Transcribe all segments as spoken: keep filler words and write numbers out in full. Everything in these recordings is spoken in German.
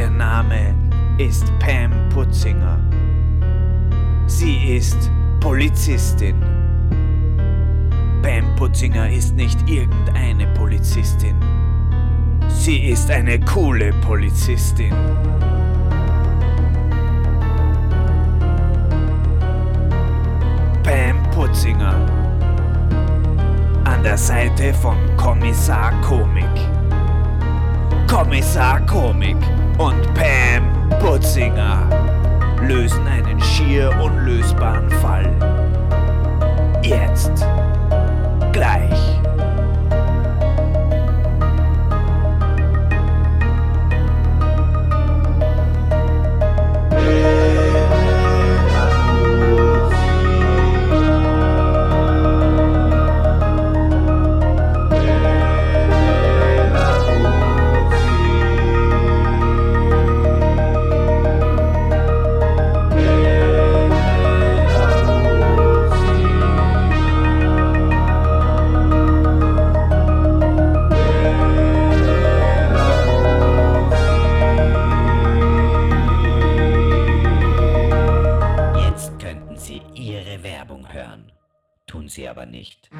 Ihr Name ist Pam Putzinger. Sie ist Polizistin. Pam Putzinger ist nicht irgendeine Polizistin. Sie ist eine coole Polizistin. Pam Putzinger. An der Seite von Kommissar Komik. Kommissar Komik und Pam Putzinger lösen einen schier unlösbaren Fall. Jetzt. Gleich. Hören, tun sie aber nicht.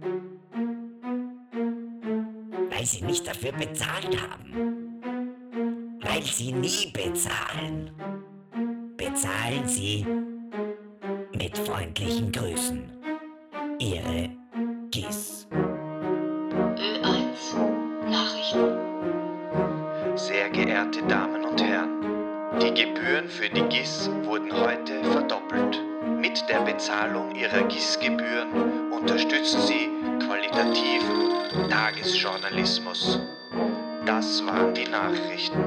Weil sie nicht dafür bezahlt haben. Weil sie nie bezahlen. Bezahlen sie mit freundlichen Grüßen. Ihre G I S. Ö eins Nachrichten. Sehr geehrte Damen und Herren, die Gebühren für die G I S wurden heute verdoppelt. Mit der Bezahlung Ihrer G I S-Gebühren unterstützen Sie qualitativen Tagesjournalismus. Das waren die Nachrichten.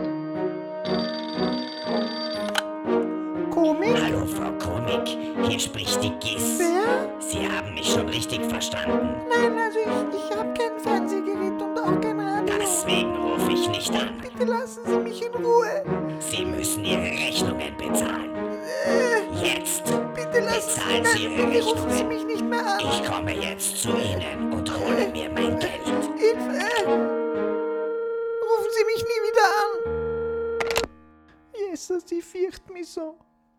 Komik? Hallo Frau Komik, hier spricht die G I S. Wer? Sie haben mich schon richtig verstanden. Nein, also ich, ich habe kein Fernsehgerät und auch kein Radio. Deswegen rufe ich nicht an. Bitte lassen Sie mich in Ruhe. Sie müssen Ihre Rechnungen bezahlen. Äh, Jetzt. bitte lassen Bezahlen Sie, Sie nein, Ihre bitte rufen Sie Rechnungen. mich nicht mehr an. Ich komme jetzt zu Ihnen und hole mir mein Geld. Hilfe! Rufen Sie mich nie wieder an. Jesus, sie fürcht mich so.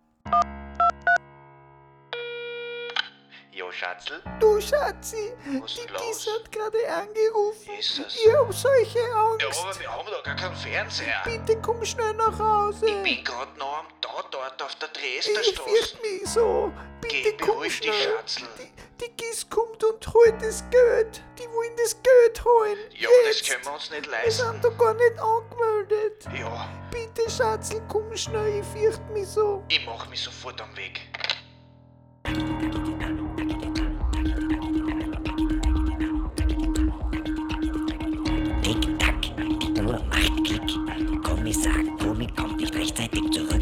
Jo, Schatzl, Du Schatzi, Was die ist los? Gies hat gerade angerufen. Jesus. Ich hab solche Ja, Angst. aber wir haben da gar keinen Fernseher. Bitte komm schnell nach Hause. Ich bin grad noch am Tatort auf der Ich Dresderstraße. fürchte mich so. Bitte Geh, komm beruhig dich, schnell. Schatzl. Die, die Gies kommt und holt das Geld. Die wollen das Geld holen. Ja, Jetzt. das können wir uns nicht Wir leisten. sind da gar nicht angemeldet. Ja, Bitte, Schatzl, komm schnell, ich fürchte mich so. ich mach mich sofort am Weg. Tick-Tack, die Uhr macht Klick. Kommissar Komik kommt nicht rechtzeitig zurück.